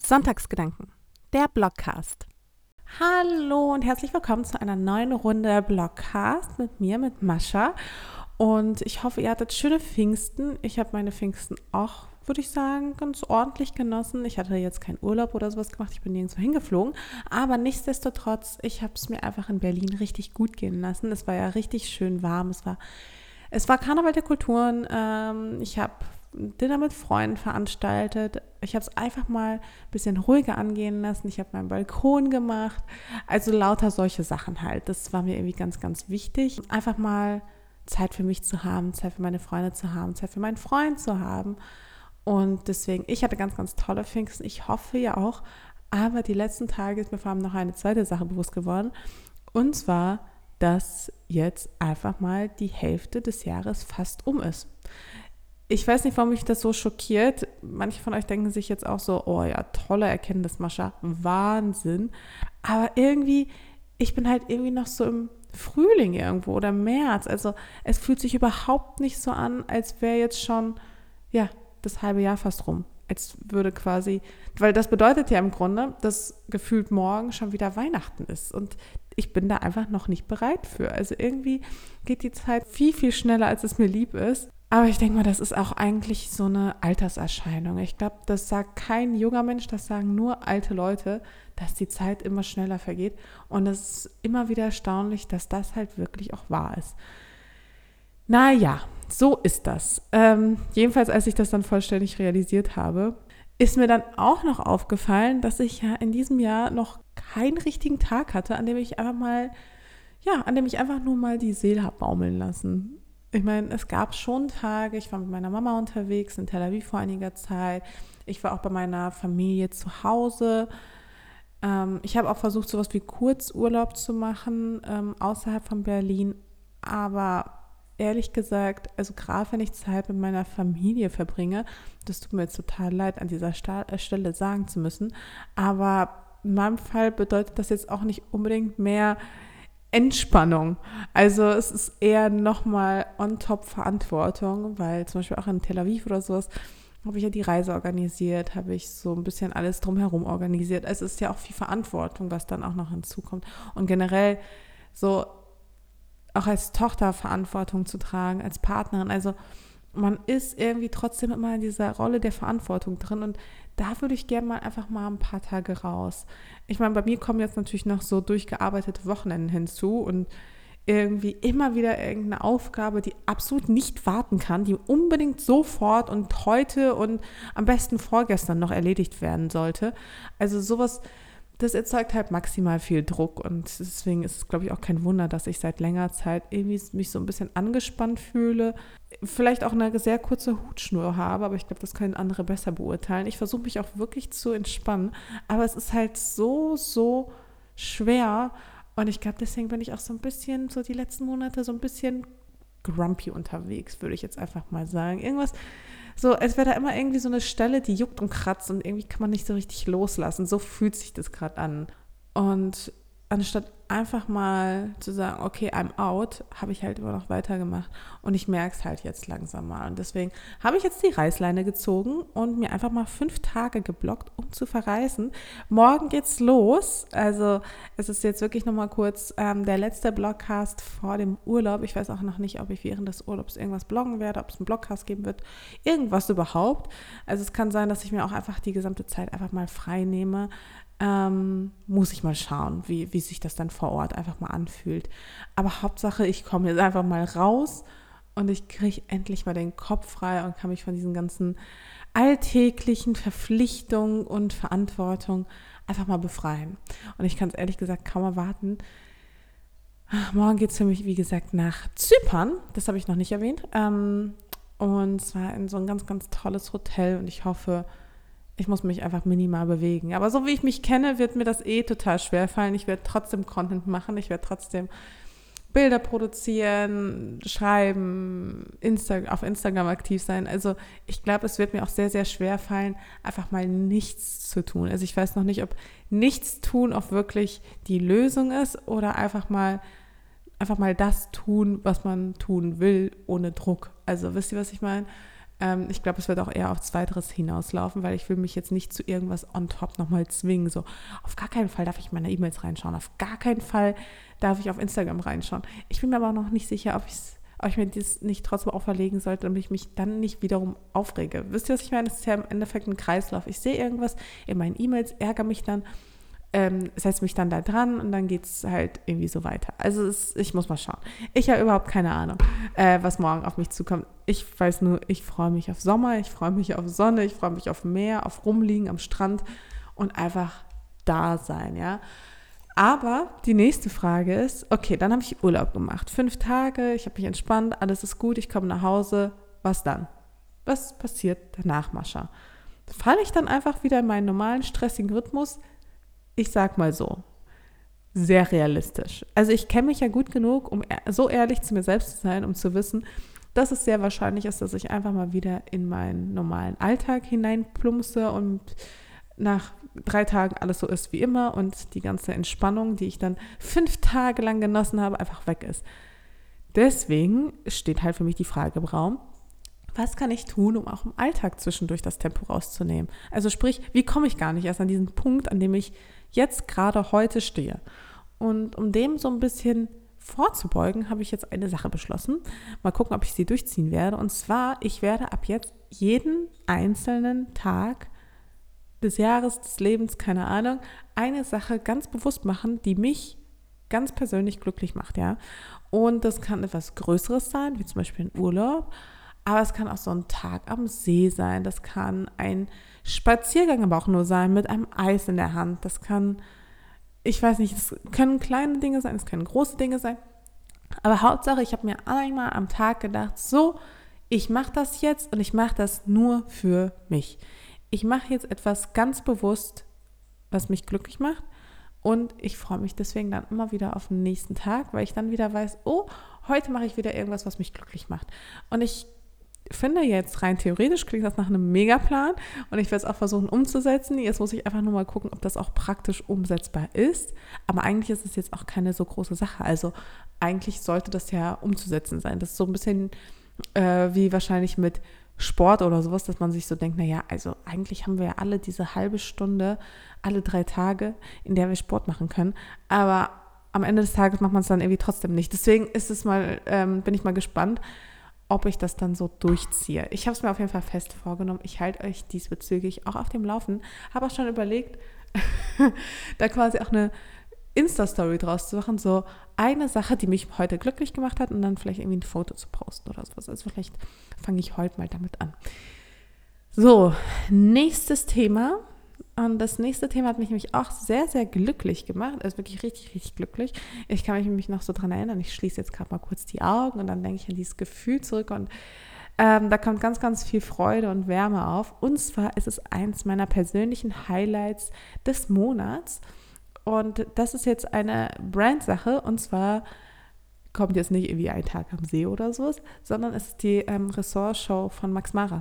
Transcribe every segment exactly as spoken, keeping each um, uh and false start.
Sonntagsgedanken, der Blogcast. Hallo und herzlich willkommen zu einer neuen Runde Blogcast mit mir, mit Mascha. Und ich hoffe, ihr hattet schöne Pfingsten. Ich habe meine Pfingsten auch, würde ich sagen, ganz ordentlich genossen. Ich hatte jetzt keinen Urlaub oder sowas gemacht, ich bin nirgendwo hingeflogen. Aber nichtsdestotrotz, ich habe es mir einfach in Berlin richtig gut gehen lassen. Es war ja richtig schön warm. Es war, es war Karneval der Kulturen. Ähm, ich habe Dinner mit Freunden veranstaltet. Ich habe es einfach mal ein bisschen ruhiger angehen lassen. Ich habe meinen Balkon gemacht. Also lauter solche Sachen halt. Das war mir irgendwie ganz, ganz wichtig. Einfach mal Zeit für mich zu haben, Zeit für meine Freunde zu haben, Zeit für meinen Freund zu haben. Und deswegen, ich hatte ganz, ganz tolle Pfingsten. Ich hoffe ja auch. Aber die letzten Tage ist mir vor allem noch eine zweite Sache bewusst geworden. Und zwar, dass jetzt einfach mal die Hälfte des Jahres fast um ist. Ich weiß nicht, warum mich das so schockiert. Manche von euch denken sich jetzt auch so, oh ja, tolle Erkenntnis, Mascha, Wahnsinn. Aber irgendwie, ich bin halt irgendwie noch so im Frühling irgendwo oder März. Also es fühlt sich überhaupt nicht so an, als wäre jetzt schon, ja, das halbe Jahr fast rum. Als würde quasi, weil das bedeutet ja im Grunde, dass gefühlt morgen schon wieder Weihnachten ist. Und ich bin da einfach noch nicht bereit für. Also irgendwie geht die Zeit viel, viel schneller, als es mir lieb ist. Aber ich denke mal, das ist auch eigentlich so eine Alterserscheinung. Ich glaube, das sagt kein junger Mensch, das sagen nur alte Leute, dass die Zeit immer schneller vergeht. Und es ist immer wieder erstaunlich, dass das halt wirklich auch wahr ist. Naja, so ist das. Ähm, jedenfalls, als ich das dann vollständig realisiert habe, ist mir dann auch noch aufgefallen, dass ich ja in diesem Jahr noch keinen richtigen Tag hatte, an dem ich einfach mal, ja, an dem ich einfach nur mal die Seele habe baumeln lassen. Ich meine, es gab schon Tage, ich war mit meiner Mama unterwegs in Tel Aviv vor einiger Zeit. Ich war auch bei meiner Familie zu Hause. Ähm, ich habe auch versucht, sowas wie Kurzurlaub zu machen, ähm, außerhalb von Berlin. Aber ehrlich gesagt, also gerade wenn ich Zeit mit meiner Familie verbringe, das tut mir jetzt total leid, an dieser Stelle sagen zu müssen, aber in meinem Fall bedeutet das jetzt auch nicht unbedingt mehr Entspannung. Also es ist eher nochmal on top Verantwortung, weil zum Beispiel auch in Tel Aviv oder sowas habe ich ja die Reise organisiert, habe ich so ein bisschen alles drumherum organisiert. Also es ist ja auch viel Verantwortung, was dann auch noch hinzukommt. Und generell so auch als Tochter Verantwortung zu tragen, als Partnerin. Also man ist irgendwie trotzdem immer in dieser Rolle der Verantwortung drin und da würde ich gerne mal einfach mal ein paar Tage raus. Ich meine, bei mir kommen jetzt natürlich noch so durchgearbeitete Wochenenden hinzu und irgendwie immer wieder irgendeine Aufgabe, die absolut nicht warten kann, die unbedingt sofort und heute und am besten vorgestern noch erledigt werden sollte. Also sowas, das erzeugt halt maximal viel Druck und deswegen ist es, glaube ich, auch kein Wunder, dass ich seit längerer Zeit irgendwie mich so ein bisschen angespannt fühle. Vielleicht auch eine sehr kurze Hutschnur habe, aber ich glaube, das können andere besser beurteilen. Ich versuche mich auch wirklich zu entspannen, aber es ist halt so, so schwer und ich glaube, deswegen bin ich auch so ein bisschen, so die letzten Monate so ein bisschen grumpy unterwegs, würde ich jetzt einfach mal sagen. Irgendwas, so als wäre da immer irgendwie so eine Stelle, die juckt und kratzt und irgendwie kann man nicht so richtig loslassen. So fühlt sich das gerade an. Und anstatt einfach mal zu sagen, okay, I'm out, habe ich halt immer noch weitergemacht. Und ich merke es halt jetzt langsam mal. Und deswegen habe ich jetzt die Reißleine gezogen und mir einfach mal fünf Tage geblockt, um zu verreisen. Morgen geht's los. Also es ist jetzt wirklich nochmal kurz ähm, der letzte Blogcast vor dem Urlaub. Ich weiß auch noch nicht, ob ich während des Urlaubs irgendwas bloggen werde, ob es einen Blogcast geben wird, irgendwas überhaupt. Also es kann sein, dass ich mir auch einfach die gesamte Zeit einfach mal frei nehme. Ähm, muss ich mal schauen, wie, wie sich das dann vor Ort einfach mal anfühlt. Aber Hauptsache, ich komme jetzt einfach mal raus und ich kriege endlich mal den Kopf frei und kann mich von diesen ganzen alltäglichen Verpflichtungen und Verantwortung einfach mal befreien. Und ich kann es ehrlich gesagt kaum erwarten. Morgen geht es für mich, wie gesagt, nach Zypern. Das habe ich noch nicht erwähnt. Ähm, und zwar in so ein ganz, ganz tolles Hotel und ich hoffe, ich muss mich einfach minimal bewegen. Aber so wie ich mich kenne, wird mir das eh total schwer fallen. Ich werde trotzdem Content machen. Ich werde trotzdem Bilder produzieren, schreiben, Insta- auf Instagram aktiv sein. Also ich glaube, es wird mir auch sehr, sehr schwer fallen, einfach mal nichts zu tun. Also ich weiß noch nicht, ob nichts tun auch wirklich die Lösung ist oder einfach mal, einfach mal das tun, was man tun will, ohne Druck. Also wisst ihr, was ich meine? Ähm, ich glaube, es wird auch eher auf Zweiteres hinauslaufen, weil ich will mich jetzt nicht zu irgendwas on top nochmal zwingen. So, auf gar keinen Fall darf ich meine E-Mails reinschauen, auf gar keinen Fall darf ich auf Instagram reinschauen. Ich bin mir aber auch noch nicht sicher, ob, ob ich mir das nicht trotzdem auferlegen sollte, damit ich mich dann nicht wiederum aufrege. Wisst ihr, was ich meine? Es ist ja im Endeffekt ein Kreislauf. Ich sehe irgendwas in meinen E-Mails, ärgere mich dann, ähm, setze mich dann da dran und dann geht es halt irgendwie so weiter. Also es, ich muss mal schauen. Ich habe überhaupt keine Ahnung, äh, was morgen auf mich zukommt. Ich weiß nur, ich freue mich auf Sommer, ich freue mich auf Sonne, ich freue mich auf Meer, auf Rumliegen am Strand und einfach da sein, ja. Aber die nächste Frage ist, okay, dann habe ich Urlaub gemacht. Fünf Tage, ich habe mich entspannt, alles ist gut, ich komme nach Hause. Was dann? Was passiert danach, Mascha? Falle ich dann einfach wieder in meinen normalen, stressigen Rhythmus? Ich sag mal so, sehr realistisch. Also ich kenne mich ja gut genug, um so ehrlich zu mir selbst zu sein, um zu wissen, dass es sehr wahrscheinlich ist, dass ich einfach mal wieder in meinen normalen Alltag hineinplumpse und nach drei Tagen alles so ist wie immer und die ganze Entspannung, die ich dann fünf Tage lang genossen habe, einfach weg ist. Deswegen steht halt für mich die Frage im Raum, was kann ich tun, um auch im Alltag zwischendurch das Tempo rauszunehmen? Also sprich, wie komme ich gar nicht erst an diesen Punkt, an dem ich jetzt gerade heute stehe? Und um dem so ein bisschen vorzubeugen, habe ich jetzt eine Sache beschlossen. Mal gucken, ob ich sie durchziehen werde. Und zwar, ich werde ab jetzt jeden einzelnen Tag des Jahres, des Lebens, keine Ahnung, eine Sache ganz bewusst machen, die mich ganz persönlich glücklich macht, ja. Und das kann etwas Größeres sein, wie zum Beispiel ein Urlaub, aber es kann auch so ein Tag am See sein, das kann ein Spaziergang aber auch nur sein mit einem Eis in der Hand, das kann, ich weiß nicht, es können kleine Dinge sein, es können große Dinge sein, aber Hauptsache, ich habe mir einmal am Tag gedacht, so, ich mache das jetzt und ich mache das nur für mich. Ich mache jetzt etwas ganz bewusst, was mich glücklich macht und ich freue mich deswegen dann immer wieder auf den nächsten Tag, weil ich dann wieder weiß, oh, heute mache ich wieder irgendwas, was mich glücklich macht. Und ich finde jetzt rein theoretisch klingt das nach einem Megaplan und ich werde es auch versuchen umzusetzen. Jetzt muss ich einfach nur mal gucken, ob das auch praktisch umsetzbar ist. Aber eigentlich ist es jetzt auch keine so große Sache. Also eigentlich sollte das ja umzusetzen sein. Das ist so ein bisschen äh, wie wahrscheinlich mit Sport oder sowas, dass man sich so denkt, naja, also eigentlich haben wir ja alle diese halbe Stunde, alle drei Tage, in der wir Sport machen können. Aber am Ende des Tages macht man es dann irgendwie trotzdem nicht. Deswegen ist es mal, ähm, bin ich mal gespannt, ob ich das dann so durchziehe. Ich habe es mir auf jeden Fall fest vorgenommen. Ich halte euch diesbezüglich auch auf dem Laufen. Habe auch schon überlegt, da quasi auch eine Insta-Story draus zu machen, so eine Sache, die mich heute glücklich gemacht hat und dann vielleicht irgendwie ein Foto zu posten oder sowas. Also vielleicht fange ich heute mal damit an. So, nächstes Thema. Und das nächste Thema hat mich nämlich auch sehr, sehr glücklich gemacht. Also wirklich richtig, richtig glücklich. Ich kann mich nämlich noch so dran erinnern. Ich schließe jetzt gerade mal kurz die Augen und dann denke ich an dieses Gefühl zurück und ähm, da kommt ganz, ganz viel Freude und Wärme auf. Und zwar ist es eins meiner persönlichen Highlights des Monats. Und das ist jetzt eine Brandsache und zwar kommt jetzt nicht irgendwie ein Tag am See oder sowas, sondern es ist die ähm, Ressortshow von Max Mara.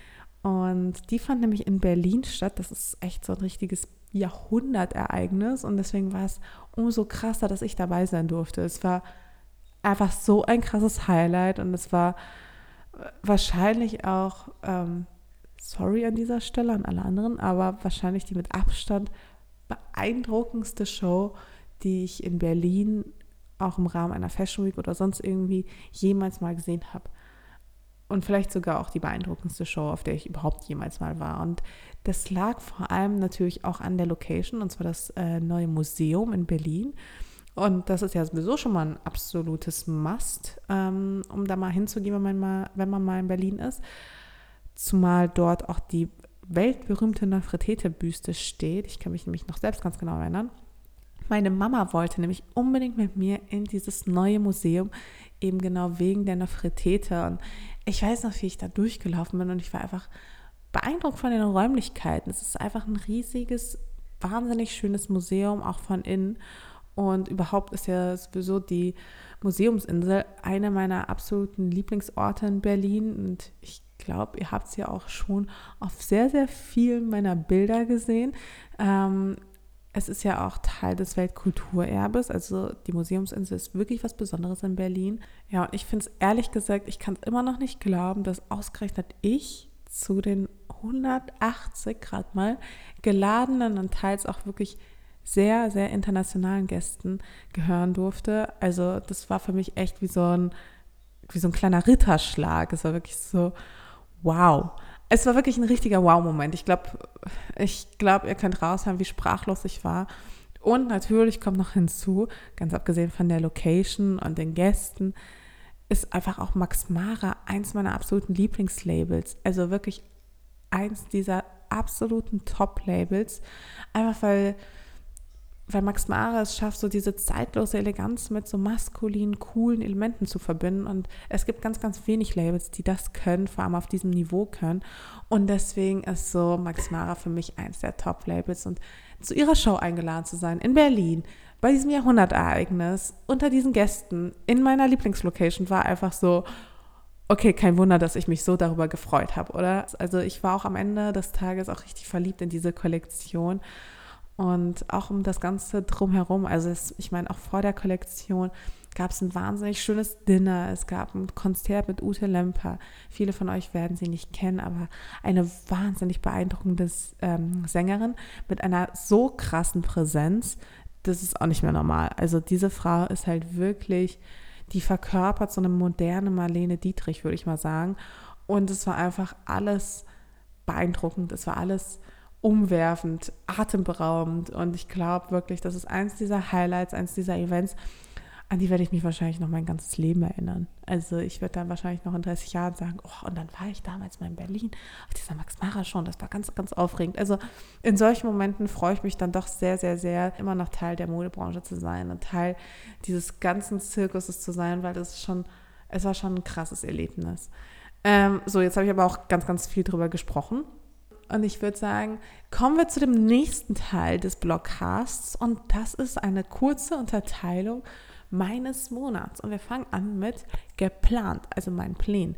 Und die fand nämlich in Berlin statt. Das ist echt so ein richtiges Jahrhundertereignis und deswegen war es umso krasser, dass ich dabei sein durfte. Es war einfach so ein krasses Highlight und es war wahrscheinlich auch, ähm, sorry an dieser Stelle an alle anderen, aber wahrscheinlich die mit Abstand beeindruckendste Show, die ich in Berlin auch im Rahmen einer Fashion Week oder sonst irgendwie jemals mal gesehen habe. Und vielleicht sogar auch die beeindruckendste Show, auf der ich überhaupt jemals mal war. Und das lag vor allem natürlich auch an der Location, und zwar das äh, neue Museum in Berlin. Und das ist ja sowieso schon mal ein absolutes Must, ähm, um da mal hinzugehen, wenn man mal, wenn man mal in Berlin ist. Zumal dort auch die weltberühmte Nofretete-Büste steht. Ich kann mich nämlich noch selbst ganz genau erinnern. Meine Mama wollte nämlich unbedingt mit mir in dieses neue Museum, eben genau wegen der Nofretete. Und ich weiß noch, wie ich da durchgelaufen bin und ich war einfach beeindruckt von den Räumlichkeiten. Es ist einfach ein riesiges, wahnsinnig schönes Museum, auch von innen. Und überhaupt ist ja sowieso die Museumsinsel eine meiner absoluten Lieblingsorte in Berlin. Und ich glaube, ihr habt es ja auch schon auf sehr, sehr vielen meiner Bilder gesehen. Ähm, es ist ja auch Teil des Weltkulturerbes, also die Museumsinsel ist wirklich was Besonderes in Berlin. Ja, und ich finde es ehrlich gesagt, ich kann es immer noch nicht glauben, dass ausgerechnet ich zu den hundertachtzig Grad mal geladenen und teils auch wirklich sehr, sehr internationalen Gästen gehören durfte. Also das war für mich echt wie so ein, wie so ein kleiner Ritterschlag. Es war wirklich so, wow. Es war wirklich ein richtiger Wow-Moment. Ich glaube, ich glaube, ihr könnt raushören, wie sprachlos ich war. Und natürlich kommt noch hinzu, ganz abgesehen von der Location und den Gästen, ist einfach auch Max Mara eins meiner absoluten Lieblingslabels. Also wirklich eins dieser absoluten Top-Labels. Einfach weil, weil Max Mara es schafft, so diese zeitlose Eleganz mit so maskulinen, coolen Elementen zu verbinden. Und es gibt ganz, ganz wenig Labels, die das können, vor allem auf diesem Niveau können. Und deswegen ist so Max Mara für mich eins der Top-Labels. Und zu ihrer Show eingeladen zu sein in Berlin, bei diesem Jahrhundertereignis, unter diesen Gästen, in meiner Lieblingslocation, war einfach so, okay, kein Wunder, dass ich mich so darüber gefreut habe, oder? Also ich war auch am Ende des Tages auch richtig verliebt in diese Kollektion. Und auch um das Ganze drumherum, also es, ich meine, auch vor der Kollektion gab es ein wahnsinnig schönes Dinner, es gab ein Konzert mit Ute Lemper. Viele von euch werden sie nicht kennen, aber eine wahnsinnig beeindruckende ähm, Sängerin mit einer so krassen Präsenz, das ist auch nicht mehr normal. Also diese Frau ist halt wirklich, die verkörpert so eine moderne Marlene Dietrich, würde ich mal sagen. Und es war einfach alles beeindruckend, es war alles umwerfend, atemberaubend und ich glaube wirklich, das ist eins dieser Highlights, eins dieser Events, an die werde ich mich wahrscheinlich noch mein ganzes Leben erinnern. Also ich werde dann wahrscheinlich noch in dreißig Jahren sagen, oh, und dann war ich damals mal in Berlin auf dieser Max Mara Show, das war ganz, ganz aufregend. Also in solchen Momenten freue ich mich dann doch sehr, sehr, sehr, immer noch Teil der Modebranche zu sein und Teil dieses ganzen Zirkuses zu sein, weil das ist schon, es war schon ein krasses Erlebnis. Ähm, so, jetzt habe ich aber auch ganz, ganz viel drüber gesprochen. Und ich würde sagen, kommen wir zu dem nächsten Teil des Blogcasts und das ist eine kurze Unterteilung meines Monats. Und wir fangen an mit geplant, also mein Plan.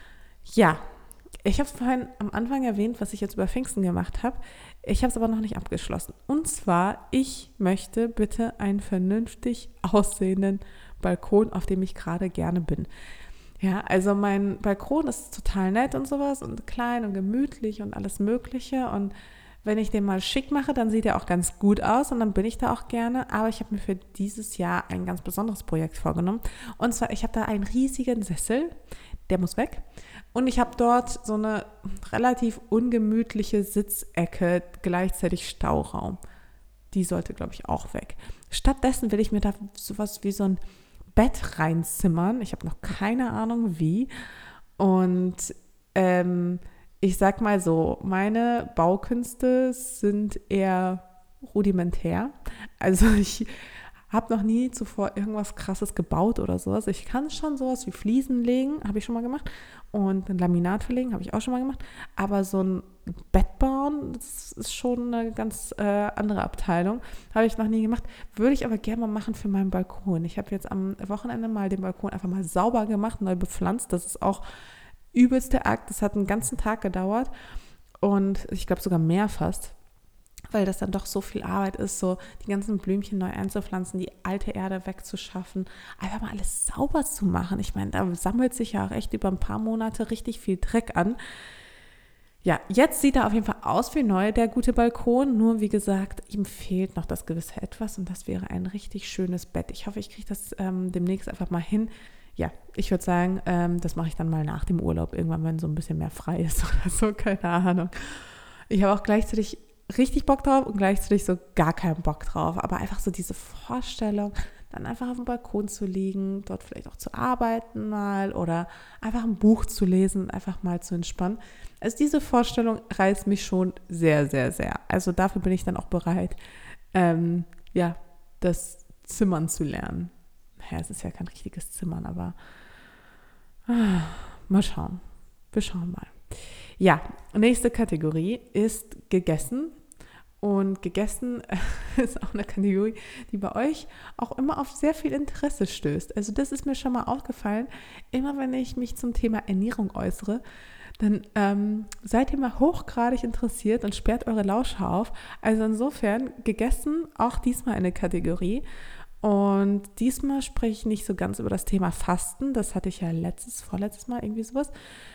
Ja, ich habe es vorhin am Anfang erwähnt, was ich jetzt über Pfingsten gemacht habe. Ich habe es aber noch nicht abgeschlossen. Und zwar, ich möchte bitte einen vernünftig aussehenden Balkon, auf dem ich gerade gerne bin. Ja, also mein Balkon ist total nett und sowas und klein und gemütlich und alles Mögliche und wenn ich den mal schick mache, dann sieht er auch ganz gut aus und dann bin ich da auch gerne, aber ich habe mir für dieses Jahr ein ganz besonderes Projekt vorgenommen und zwar, ich habe da einen riesigen Sessel, der muss weg und ich habe dort so eine relativ ungemütliche Sitzecke, gleichzeitig Stauraum, die sollte, glaube ich, auch weg. Stattdessen will ich mir da sowas wie so ein Bett reinzimmern. Ich habe noch keine Ahnung wie. Und ähm, ich sag mal so, meine Baukünste sind eher rudimentär. Also ich habe noch nie zuvor irgendwas Krasses gebaut oder sowas. Ich kann schon sowas wie Fliesen legen, habe ich schon mal gemacht. Und ein Laminat verlegen, habe ich auch schon mal gemacht. Aber so ein Bett bauen, das ist schon eine ganz äh, andere Abteilung. Habe ich noch nie gemacht. Würde ich aber gerne mal machen für meinen Balkon. Ich habe jetzt am Wochenende mal den Balkon einfach mal sauber gemacht, neu bepflanzt. Das ist auch übelste Akt. Das hat einen ganzen Tag gedauert. Und ich glaube sogar mehr fast. Weil das dann doch so viel Arbeit ist, so die ganzen Blümchen neu einzupflanzen, die alte Erde wegzuschaffen, einfach mal alles sauber zu machen. Ich meine, da sammelt sich ja auch echt über ein paar Monate richtig viel Dreck an. Ja, jetzt sieht er auf jeden Fall aus wie neu, der gute Balkon. Nur wie gesagt, ihm fehlt noch das gewisse Etwas und das wäre ein richtig schönes Bett. Ich hoffe, ich kriege das ähm, demnächst einfach mal hin. Ja, ich würde sagen, ähm, das mache ich dann mal nach dem Urlaub, irgendwann, wenn so ein bisschen mehr frei ist oder so, keine Ahnung. Ich habe auch gleichzeitig richtig Bock drauf und gleichzeitig so gar keinen Bock drauf. Aber einfach so diese Vorstellung, dann einfach auf dem Balkon zu liegen, dort vielleicht auch zu arbeiten mal oder einfach ein Buch zu lesen und einfach mal zu entspannen. Also diese Vorstellung reizt mich schon sehr, sehr, sehr. Also dafür bin ich dann auch bereit, ähm, ja, das Zimmern zu lernen. Ja, es ist ja kein richtiges Zimmern, aber ah, mal schauen. Wir schauen mal. Ja, nächste Kategorie ist gegessen. Und gegessen ist auch eine Kategorie, die bei euch auch immer auf sehr viel Interesse stößt. Also das ist mir schon mal aufgefallen. Immer wenn ich mich zum Thema Ernährung äußere, dann ähm, seid ihr mal hochgradig interessiert und sperrt eure Lauscher auf. Also insofern gegessen auch diesmal eine Kategorie. Und diesmal spreche ich nicht so ganz über das Thema Fasten. Das hatte ich ja letztes, vorletztes Mal irgendwie sowas.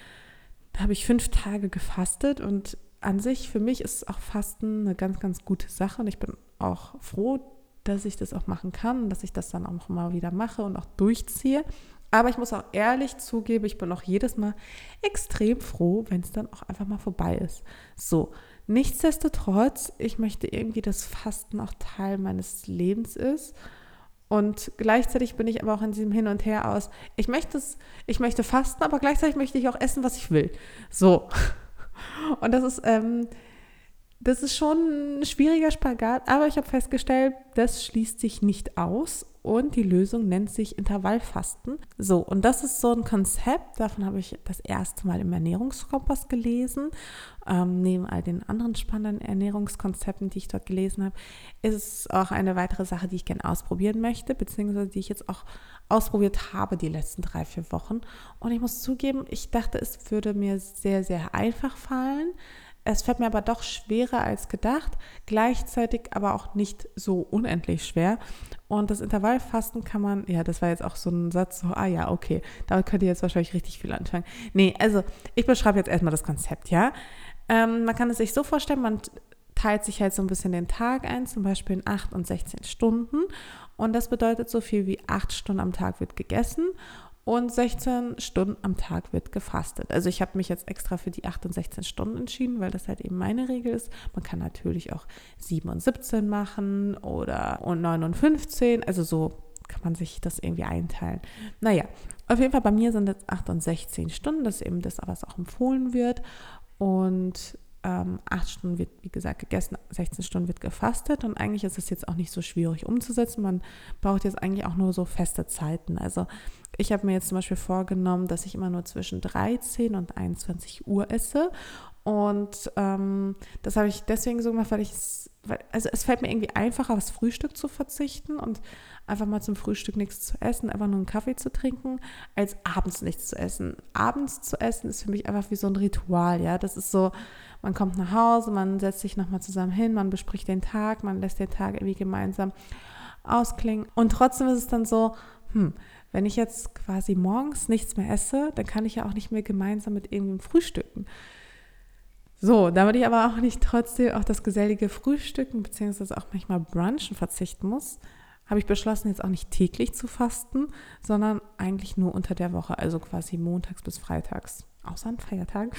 Da habe ich fünf Tage gefastet und an sich, für mich ist auch Fasten eine ganz, ganz gute Sache. Und ich bin auch froh, dass ich das auch machen kann und dass ich das dann auch mal wieder mache und auch durchziehe. Aber ich muss auch ehrlich zugeben, ich bin auch jedes Mal extrem froh, wenn es dann auch einfach mal vorbei ist. So, nichtsdestotrotz, ich möchte irgendwie, dass Fasten auch Teil meines Lebens ist. Und gleichzeitig bin ich aber auch in diesem Hin und Her aus, ich möchte es, ich möchte fasten, aber gleichzeitig möchte ich auch essen, was ich will. So. Und das ist, ähm, das ist schon ein schwieriger Spagat, aber ich habe festgestellt, das schließt sich nicht aus und die Lösung nennt sich Intervallfasten. So, und das ist so ein Konzept, davon habe ich das erste Mal im Ernährungskompass gelesen. Ähm, neben all den anderen spannenden Ernährungskonzepten, die ich dort gelesen habe, ist es auch eine weitere Sache, die ich gerne ausprobieren möchte, beziehungsweise die ich jetzt auch ausprobiert habe die letzten drei, vier Wochen. Und ich muss zugeben, ich dachte, es würde mir sehr, sehr einfach fallen. Es fällt mir aber doch schwerer als gedacht, gleichzeitig aber auch nicht so unendlich schwer. Und das Intervallfasten kann man, ja, das war jetzt auch so ein Satz, so, ah ja, okay, damit könnt ihr jetzt wahrscheinlich richtig viel anfangen. Nee, also ich beschreibe jetzt erstmal das Konzept, ja. Ähm, man kann es sich so vorstellen, man teilt sich halt so ein bisschen den Tag ein, zum Beispiel in acht und sechzehn Stunden. Und das bedeutet, so viel wie acht Stunden am Tag wird gegessen und sechzehn Stunden am Tag wird gefastet. Also ich habe mich jetzt extra für die acht und sechzehn Stunden entschieden, weil das halt eben meine Regel ist. Man kann natürlich auch sieben und siebzehn machen oder neun und fünfzehn, also so kann man sich das irgendwie einteilen. Naja, auf jeden Fall bei mir sind jetzt acht und sechzehn Stunden, das ist eben das, was auch empfohlen wird. Und ähm, acht Stunden wird, wie gesagt, gegessen, sechzehn Stunden wird gefastet und eigentlich ist es jetzt auch nicht so schwierig umzusetzen. Man braucht jetzt eigentlich auch nur so feste Zeiten. Also ich habe mir jetzt zum Beispiel vorgenommen, dass ich immer nur zwischen dreizehn und einundzwanzig Uhr esse und ähm, das habe ich deswegen so gemacht, weil ich es, also es fällt mir irgendwie einfacher, aufs Frühstück zu verzichten und einfach mal zum Frühstück nichts zu essen, einfach nur einen Kaffee zu trinken, als abends nichts zu essen. Abends zu essen ist für mich einfach wie so ein Ritual, ja, das ist so, man kommt nach Hause, man setzt sich nochmal zusammen hin, man bespricht den Tag, man lässt den Tag irgendwie gemeinsam ausklingen und trotzdem ist es dann so, hm, wenn ich jetzt quasi morgens nichts mehr esse, dann kann ich ja auch nicht mehr gemeinsam mit irgendwem frühstücken. So, damit ich aber auch nicht trotzdem auf das gesellige Frühstücken beziehungsweise auch manchmal Brunchen verzichten muss, habe ich beschlossen, jetzt auch nicht täglich zu fasten, sondern eigentlich nur unter der Woche, also quasi montags bis freitags, außer an Feiertagen.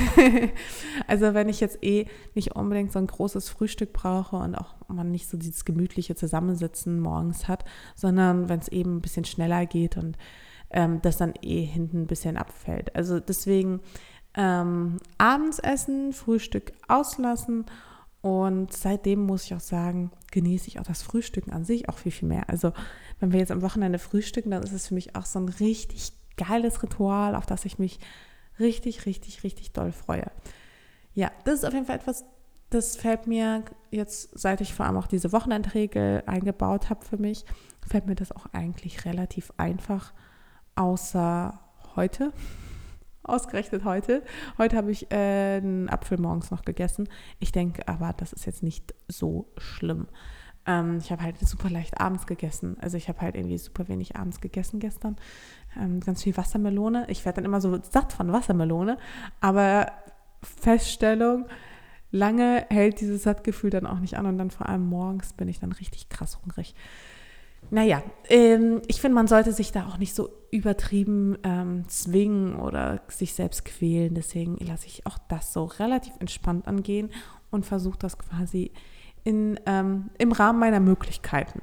Also wenn ich jetzt eh nicht unbedingt so ein großes Frühstück brauche und auch man nicht so dieses gemütliche Zusammensitzen morgens hat, sondern wenn es eben ein bisschen schneller geht und ähm, das dann eh hinten ein bisschen abfällt. Also deswegen ähm, abends essen, Frühstück auslassen. Und seitdem muss ich auch sagen, genieße ich auch das Frühstücken an sich auch viel, viel mehr. Also wenn wir jetzt am Wochenende frühstücken, dann ist es für mich auch so ein richtig geiles Ritual, auf das ich mich richtig, richtig, richtig doll freue. Ja, das ist auf jeden Fall etwas, das fällt mir jetzt, seit ich vor allem auch diese Wochenendregel eingebaut habe für mich, fällt mir das auch eigentlich relativ einfach, außer heute. Ausgerechnet heute. Heute habe ich äh, einen Apfel morgens noch gegessen. Ich denke aber, das ist jetzt nicht so schlimm. Ähm, ich habe halt super leicht abends gegessen. Also ich habe halt irgendwie super wenig abends gegessen gestern. Ähm, ganz viel Wassermelone. Ich werde dann immer so satt von Wassermelone. Aber Feststellung, lange hält dieses Sattgefühl dann auch nicht an. Und dann vor allem morgens bin ich dann richtig krass hungrig. Naja, ähm, ich finde, man sollte sich da auch nicht so übertrieben ähm, zwingen oder sich selbst quälen. Deswegen lasse ich auch das so relativ entspannt angehen und versuche das quasi in, ähm, im Rahmen meiner Möglichkeiten.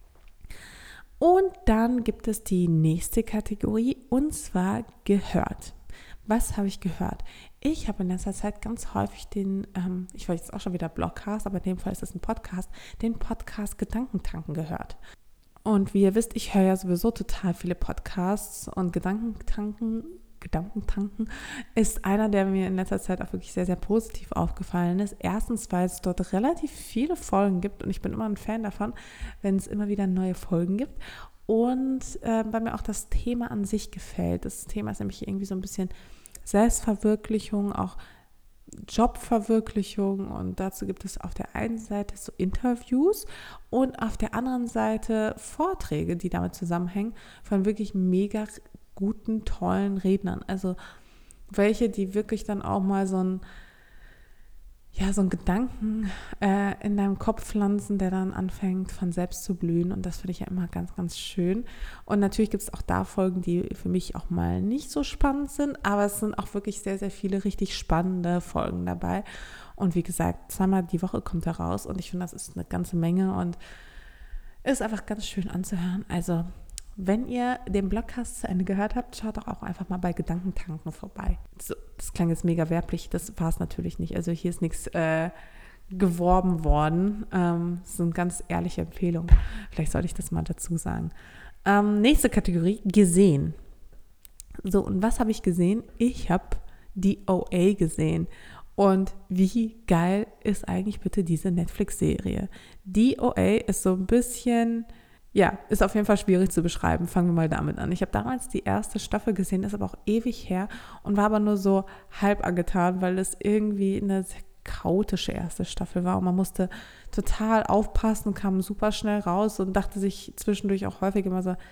Und dann gibt es die nächste Kategorie und zwar gehört. Was habe ich gehört? Ich habe in letzter Zeit ganz häufig den, ähm, ich wollte jetzt auch schon wieder Blogcast, aber in dem Fall ist es ein Podcast, den Podcast Gedankentanken gehört. Und wie ihr wisst, ich höre ja sowieso total viele Podcasts und Gedankentanken Gedankentanken, ist einer, der mir in letzter Zeit auch wirklich sehr, sehr positiv aufgefallen ist. Erstens, weil es dort relativ viele Folgen gibt und ich bin immer ein Fan davon, wenn es immer wieder neue Folgen gibt. Und äh, weil mir auch das Thema an sich gefällt. Das Thema ist nämlich irgendwie so ein bisschen Selbstverwirklichung, auch Jobverwirklichung, und dazu gibt es auf der einen Seite so Interviews und auf der anderen Seite Vorträge, die damit zusammenhängen, von wirklich mega guten, tollen Rednern. Also welche, die wirklich dann auch mal so ein ja, so einen Gedanken äh, in deinem Kopf pflanzen, der dann anfängt von selbst zu blühen, und das finde ich ja immer ganz, ganz schön. Und natürlich gibt es auch da Folgen, die für mich auch mal nicht so spannend sind, aber es sind auch wirklich sehr, sehr viele richtig spannende Folgen dabei. Und wie gesagt, zweimal die Woche kommt er raus und ich finde, das ist eine ganze Menge und ist einfach ganz schön anzuhören. Also wenn ihr den Blogcast zu Ende gehört habt, schaut doch auch einfach mal bei Gedankentanken vorbei. So, das klang jetzt mega werblich, das war es natürlich nicht. Also hier ist nichts äh, geworben worden. Ähm, das ist eine ganz ehrliche Empfehlung. Vielleicht sollte ich das mal dazu sagen. Ähm, nächste Kategorie, gesehen. So, und was habe ich gesehen? Ich habe die O A gesehen. Und wie geil ist eigentlich bitte diese Netflix-Serie? Die O A ist so ein bisschen... Ja, ist auf jeden Fall schwierig zu beschreiben. Fangen wir mal damit an. Ich habe damals die erste Staffel gesehen, ist aber auch ewig her und war aber nur so halb angetan, weil es irgendwie eine sehr chaotische erste Staffel war und man musste total aufpassen, kam super schnell raus und dachte sich zwischendurch auch häufig immer so,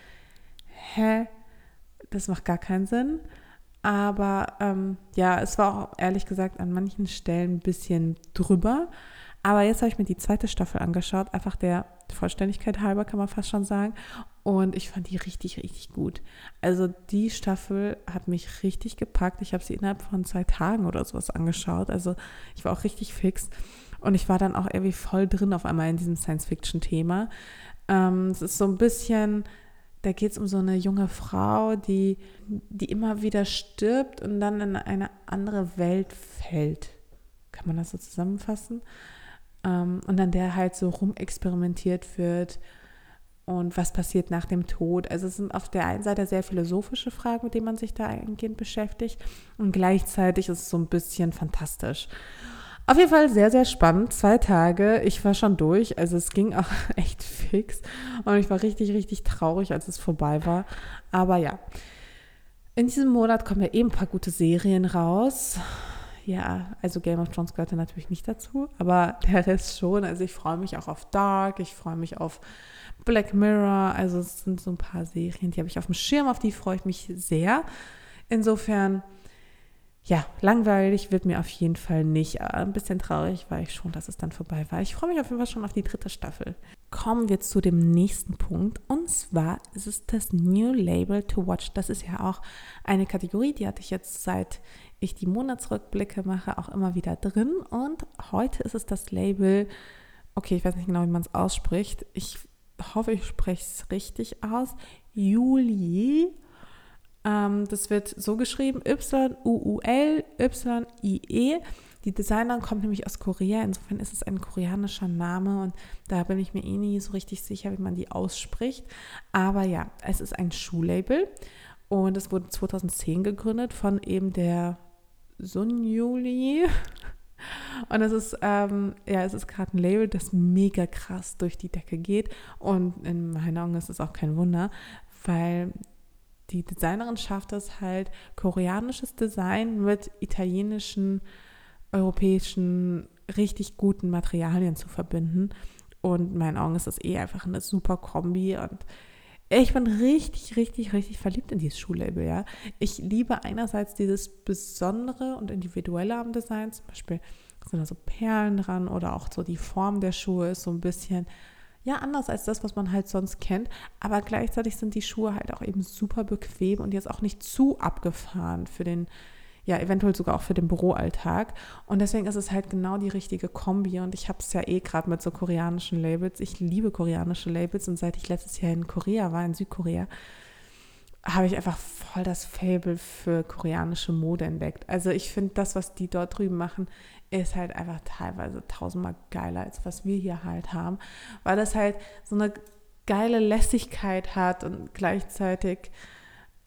hä, das macht gar keinen Sinn. Aber ähm, ja, es war auch ehrlich gesagt an manchen Stellen ein bisschen drüber. Aber jetzt habe ich mir die zweite Staffel angeschaut, einfach der Vollständigkeit halber, kann man fast schon sagen. Und ich fand die richtig, richtig gut. Also die Staffel hat mich richtig gepackt. Ich habe sie innerhalb von zwei Tagen oder sowas angeschaut. Also ich war auch richtig fix. Und ich war dann auch irgendwie voll drin auf einmal in diesem Science-Fiction-Thema. Ähm, es ist so ein bisschen... Da geht es um so eine junge Frau, die, die immer wieder stirbt und dann in eine andere Welt fällt. Kann man das so zusammenfassen? Ähm, und an der halt so rumexperimentiert wird und was passiert nach dem Tod. Also es sind auf der einen Seite sehr philosophische Fragen, mit denen man sich da eingehend beschäftigt, und gleichzeitig ist es so ein bisschen fantastisch. Auf jeden Fall sehr, sehr spannend. Zwei Tage, ich war schon durch, also es ging auch echt fix und ich war richtig, richtig traurig, als es vorbei war. Aber ja, in diesem Monat kommen ja eben ein paar gute Serien raus. Ja, also Game of Thrones gehörte natürlich nicht dazu, aber der Rest schon. Also ich freue mich auch auf Dark, ich freue mich auf Black Mirror. Also es sind so ein paar Serien, die habe ich auf dem Schirm, auf die freue ich mich sehr. Insofern... Ja, langweilig wird mir auf jeden Fall nicht. Ein bisschen traurig war ich schon, dass es dann vorbei war. Ich freue mich auf jeden Fall schon auf die dritte Staffel. Kommen wir zu dem nächsten Punkt. Und zwar ist es das New Label to Watch. Das ist ja auch eine Kategorie, die hatte ich jetzt, seit ich die Monatsrückblicke mache, auch immer wieder drin. Und heute ist es das Label, okay, ich weiß nicht genau, wie man es ausspricht. Ich hoffe, ich spreche es richtig aus. Julie. Das wird so geschrieben, Y U U L Y I E. Die Designerin kommt nämlich aus Korea, insofern ist es ein koreanischer Name und da bin ich mir eh nie so richtig sicher, wie man die ausspricht. Aber ja, es ist ein Schuhlabel und es wurde zweitausendzehn gegründet von eben der Sun Yuli. Und es ist, ähm, ja, es ist gerade ein Label, das mega krass durch die Decke geht, und in meinen Augen ist es auch kein Wunder, weil die Designerin schafft es halt, koreanisches Design mit italienischen, europäischen, richtig guten Materialien zu verbinden. Und in meinen Augen ist das eh einfach eine super Kombi. Und ich bin richtig, richtig, richtig verliebt in dieses Schuhlabel, ja. Ich liebe einerseits dieses Besondere und Individuelle am Design. Zum Beispiel sind da so Perlen dran oder auch so die Form der Schuhe ist so ein bisschen... ja, anders als das, was man halt sonst kennt, aber gleichzeitig sind die Schuhe halt auch eben super bequem und jetzt auch nicht zu abgefahren für den, ja, eventuell sogar auch für den Büroalltag, und deswegen ist es halt genau die richtige Kombi, und ich habe es ja eh gerade mit so koreanischen Labels, ich liebe koreanische Labels, und seit ich letztes Jahr in Korea war, in Südkorea, habe ich einfach voll das Faible für koreanische Mode entdeckt. Also ich finde, das, was die dort drüben machen, ist halt einfach teilweise tausendmal geiler, als was wir hier halt haben, weil das halt so eine geile Lässigkeit hat und gleichzeitig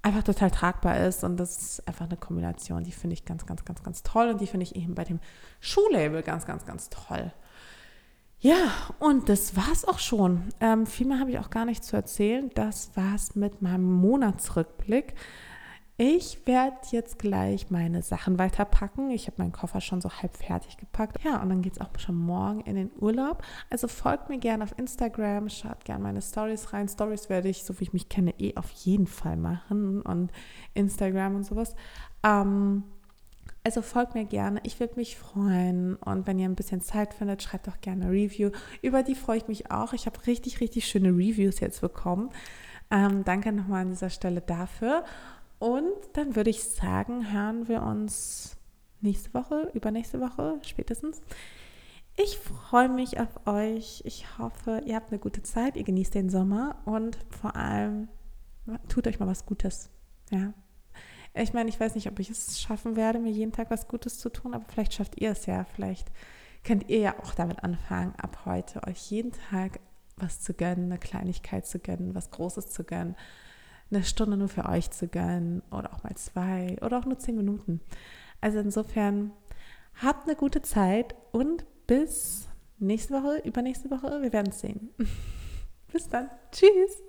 einfach total tragbar ist. Und das ist einfach eine Kombination, die finde ich ganz, ganz, ganz, ganz toll. Und die finde ich eben bei dem Schuhlabel ganz, ganz, ganz toll. Ja, und das war's auch schon. Ähm, viel mehr habe ich auch gar nicht zu erzählen. Das war's mit meinem Monatsrückblick. Ich werde jetzt gleich meine Sachen weiterpacken. Ich habe meinen Koffer schon so halb fertig gepackt. Ja, und dann geht es auch schon morgen in den Urlaub. Also folgt mir gerne auf Instagram, schaut gerne meine Stories rein. Stories werde ich, so wie ich mich kenne, eh auf jeden Fall machen und Instagram und sowas. Ähm, also folgt mir gerne, ich würde mich freuen. Und wenn ihr ein bisschen Zeit findet, schreibt doch gerne eine Review. Über die freue ich mich auch. Ich habe richtig, richtig schöne Reviews jetzt bekommen. Ähm, danke nochmal an dieser Stelle dafür. Und dann würde ich sagen, hören wir uns nächste Woche, übernächste Woche spätestens. Ich freue mich auf euch. Ich hoffe, ihr habt eine gute Zeit, ihr genießt den Sommer und vor allem tut euch mal was Gutes. Ja. Ich meine, ich weiß nicht, ob ich es schaffen werde, mir jeden Tag was Gutes zu tun, aber vielleicht schafft ihr es ja. Vielleicht könnt ihr ja auch damit anfangen, ab heute euch jeden Tag was zu gönnen, eine Kleinigkeit zu gönnen, was Großes zu gönnen. Eine Stunde nur für euch zu gönnen oder auch mal zwei oder auch nur zehn Minuten. Also insofern, habt eine gute Zeit und bis nächste Woche, übernächste Woche, wir werden es sehen. Bis dann. Tschüss.